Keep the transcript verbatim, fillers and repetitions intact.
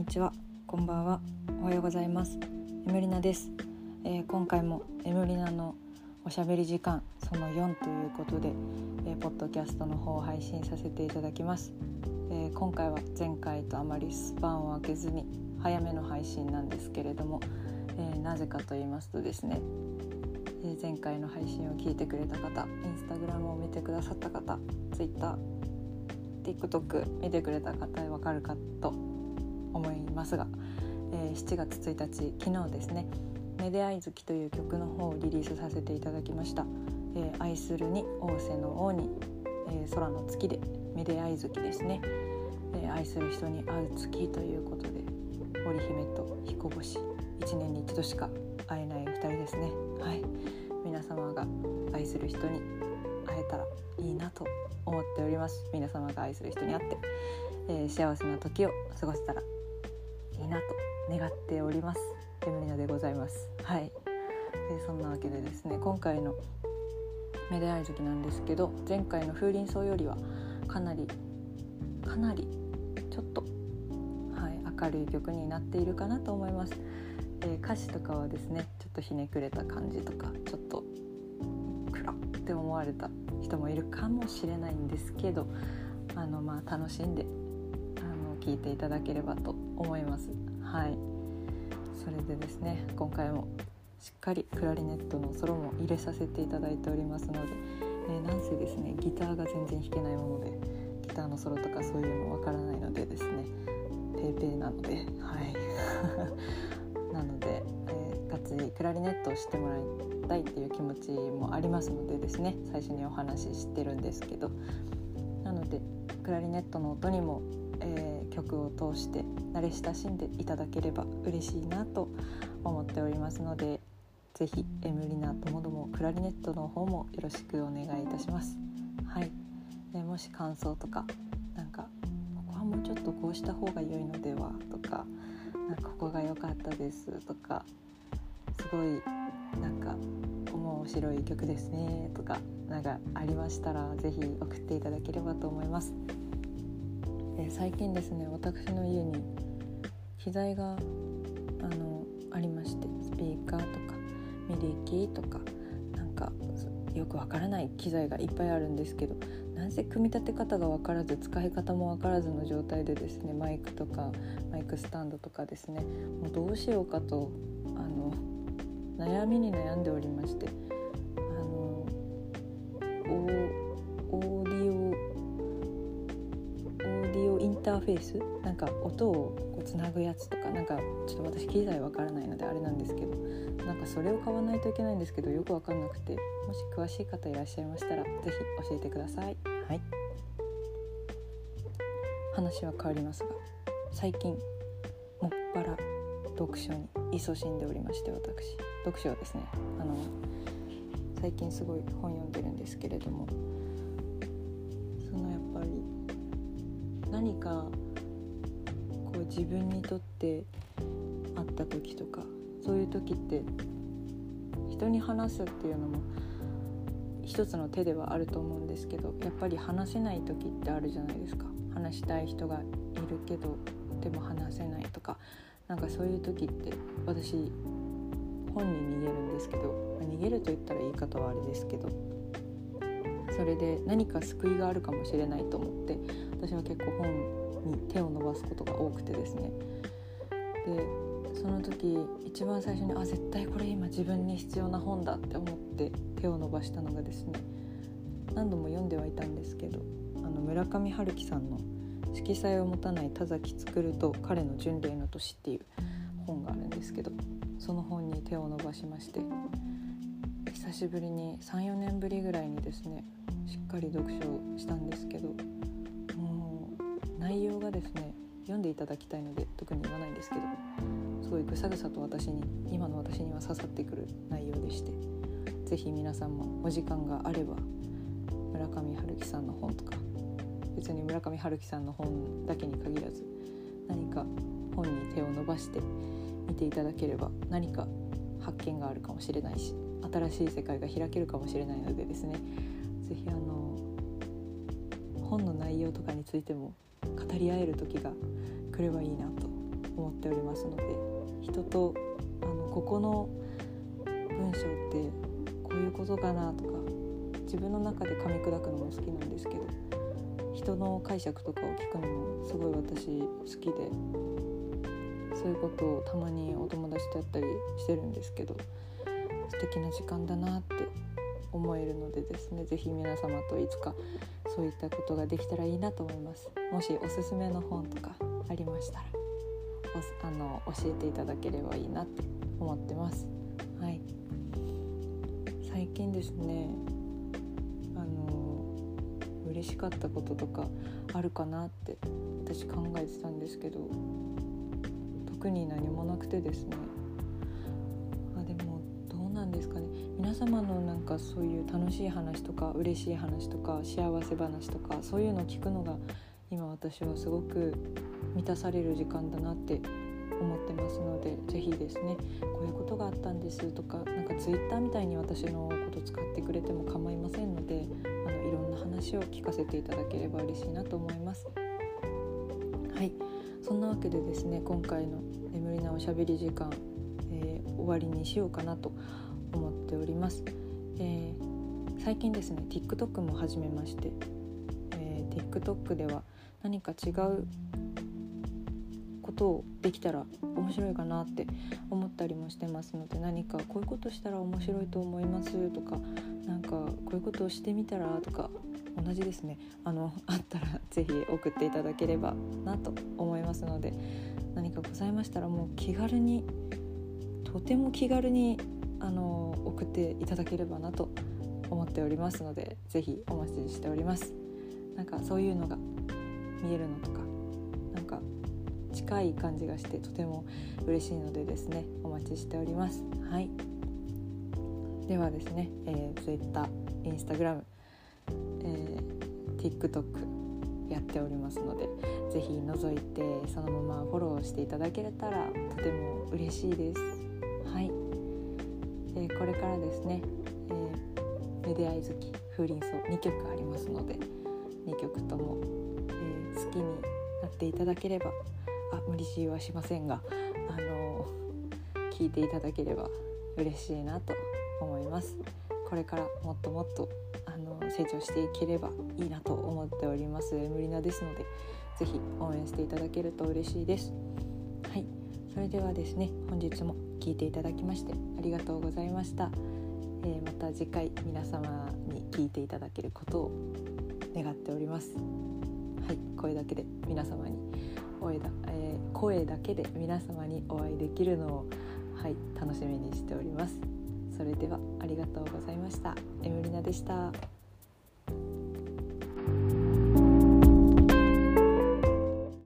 ちは、こんばんは、おはようございます。エムリナです、えー、今回もエムリナのおしゃべり時間そのよんということで、えー、ポッドキャストの方を配信させていただきます。えー、今回は前回とあまりスパンを空けずに早めの配信なんですけれども、えー、なぜかと言いますとですね、えー、前回の配信を聞いてくれた方、インスタグラムを見てくださった方、ツイッター、TikTok 見てくれた方わかるかと思いますが、えー、しちがつついたち昨日ですね、メデアイズキという曲の方をリリースさせていただきました。えー、愛するに仰せの王に、えー、空の月でメデアイズキですね、えー、愛する人に会う月ということで、織姫と彦星、いちねんに一度しか会えないふたりですね。はい、皆様が愛する人に会えたらいいなと思っております。皆様が愛する人に会って、えー、幸せな時を過ごせたらいいなと願っております。エムリナでございます。はい、えー、そんなわけでですね、今回のメデアイズキなんですけど、前回の風鈴草よりはかなりかなりちょっと、はい、明るい曲になっているかなと思います。えー、歌詞とかはですね、ちょっとひねくれた感じとか、ちょっと暗って思われた人もいるかもしれないんですけど、あのまあ楽しんであの聴いていただければと思います。はい、それでですね、今回もしっかりクラリネットのソロも入れさせていただいておりますので、えー、なんせですね、ギターが全然弾けないもので、ギターのソロとかそういうのわからないのでですね、ペーペーなので、はいなので、えー、がっつりクラリネットを知ってもらいたいっていう気持ちもありますのでですね、最初にお話ししてるんですけど、なのでクラリネットの音にも、えー、曲を通して慣れ親しんでいただければ嬉しいなと思っておりますので、ぜひエムリナともどもクラリネットの方もよろしくお願いいたします。はい、でもし感想とか、なんかここはもうちょっとこうした方が良いのではとか、なんかここが良かったですとか、すごいなんか面白い曲ですねとか、なんかありましたらぜひ送っていただければと思います。で、最近ですね、私の家に機材があのありまして、スピーカーとかミディキーとか、なんかよくわからない機材がいっぱいあるんですけど、なぜ組み立て方がわからず、使い方もわからずの状態でですね、マイクとかマイクスタンドとかですね、もうどうしようかとあの悩みに悩んでおりまして、あのオーオーディオオーディオインターフェース、なんか音をこうつなぐやつとか、なんかちょっと私機材わからないのであれなんですけど、なんかそれを買わないといけないんですけど、よくわかんなくて、もし詳しい方いらっしゃいましたらぜひ教えてください。はい、話は変わりますが、最近もっぱら読書に勤しんでおりまして、私読書はですね、あの最近すごい本読んでるんですけれども、そのやっぱり何かこう自分にとってあった時とか、そういう時って人に話すっていうのも一つの手ではあると思うんですけど、やっぱり話せない時ってあるじゃないですか。話したい人がいるけどでも話せないとか、なんかそういう時って私本に逃げるんですけど、逃げると言ったら言い方はあれですけど、それで何か救いがあるかもしれないと思って、私は結構本に手を伸ばすことが多くてですね、でその時一番最初に、あ、絶対これ今自分に必要な本だって思って手を伸ばしたのがですね、何度も読んではいたんですけど、あの村上春樹さんの色彩を持たない田崎作と彼の巡礼の年っていう本があるんですけど、その本に手を伸ばしまして、久しぶりに さん,よ 年ぶりぐらいにですね、しっかり読書をしたんですけど、もう内容がですね、読んでいただきたいので特に言わないんですけど、すごいぐさぐさと私に、今の私には刺さってくる内容でして、ぜひ皆さんもお時間があれば村上春樹さんの本とか、別に村上春樹さんの本だけに限らず、何か本に手を伸ばして見ていただければ何か発見があるかもしれないし、新しい世界が開けるかもしれないのでですね、ぜひあの本の内容とかについても語り合える時が来ればいいなと思っておりますので、人とあのここの文章ってこういうことかなとか、自分の中で噛み砕くのも好きなんですけど、人の解釈とかを聞くのもすごい私好きで、そういうことをたまにお友達とやったりしてるんですけど、素敵な時間だなって思えるのでですね、ぜひ皆様といつかそういったことができたらいいなと思います。もしおすすめの本とかありましたらおあの教えていただければいいなって思ってます。はい、最近ですね、あの嬉しかったこととかあるかなって私考えてたんですけど、特に何もなくてですね、あでもどうなんですかね、皆様のなんかそういう楽しい話とか嬉しい話とか幸せ話とか、そういうのを聞くのが今私はすごく満たされる時間だなって思ってますので、ぜひですね、こういうことがあったんですとか、なんかツイッターみたいに私のこと使ってくれても構いませんので、あのいろんな話を聞かせていただければ嬉しいなと思います。はい、そんなわけでですね、今回の眠りなおしゃべり時間、えー、終わりにしようかなと思っております。えー、最近ですね TikTok も始めまして、えー、TikTok では何か違うことをできたら面白いかなって思ったりもしてますので、何かこういうことしたら面白いと思いますとか、なんかこういうことをしてみたらとか、同じですね、あのあったらぜひ送っていただければなと思いますので、何かございましたらもう気軽に、とても気軽にあの送っていただければなと思っておりますので、ぜひお待ちしております。なんかそういうのが見えるのとか、なんか近い感じがしてとても嬉しいのでですね、お待ちしております。はい、ではですね、えー、Twitter、Instagram、えー、TikTok やっておりますので、ぜひ覗いてそのままフォローしていただけたらとても嬉しいです。はい、えー、これからですね、えー、めであい月、風鈴草にきょくありますので、にきょくとも、えー、好きになっていただければ、あ無理強いはしませんが、あのー、聞いていただければ嬉しいなと思います。これからもっともっとあの成長していければいいなと思っておりますエムリナですので、ぜひ応援していただけると嬉しいです。はい、それではですね、本日も聞いていただきましてありがとうございました。えー、また次回皆様に聞いていただけることを願っております。はい、声だけで皆様におえだ、えー、声だけで皆様にお会いできるのを、はい、楽しみにしております。それではありがとうございました。エムリナでした。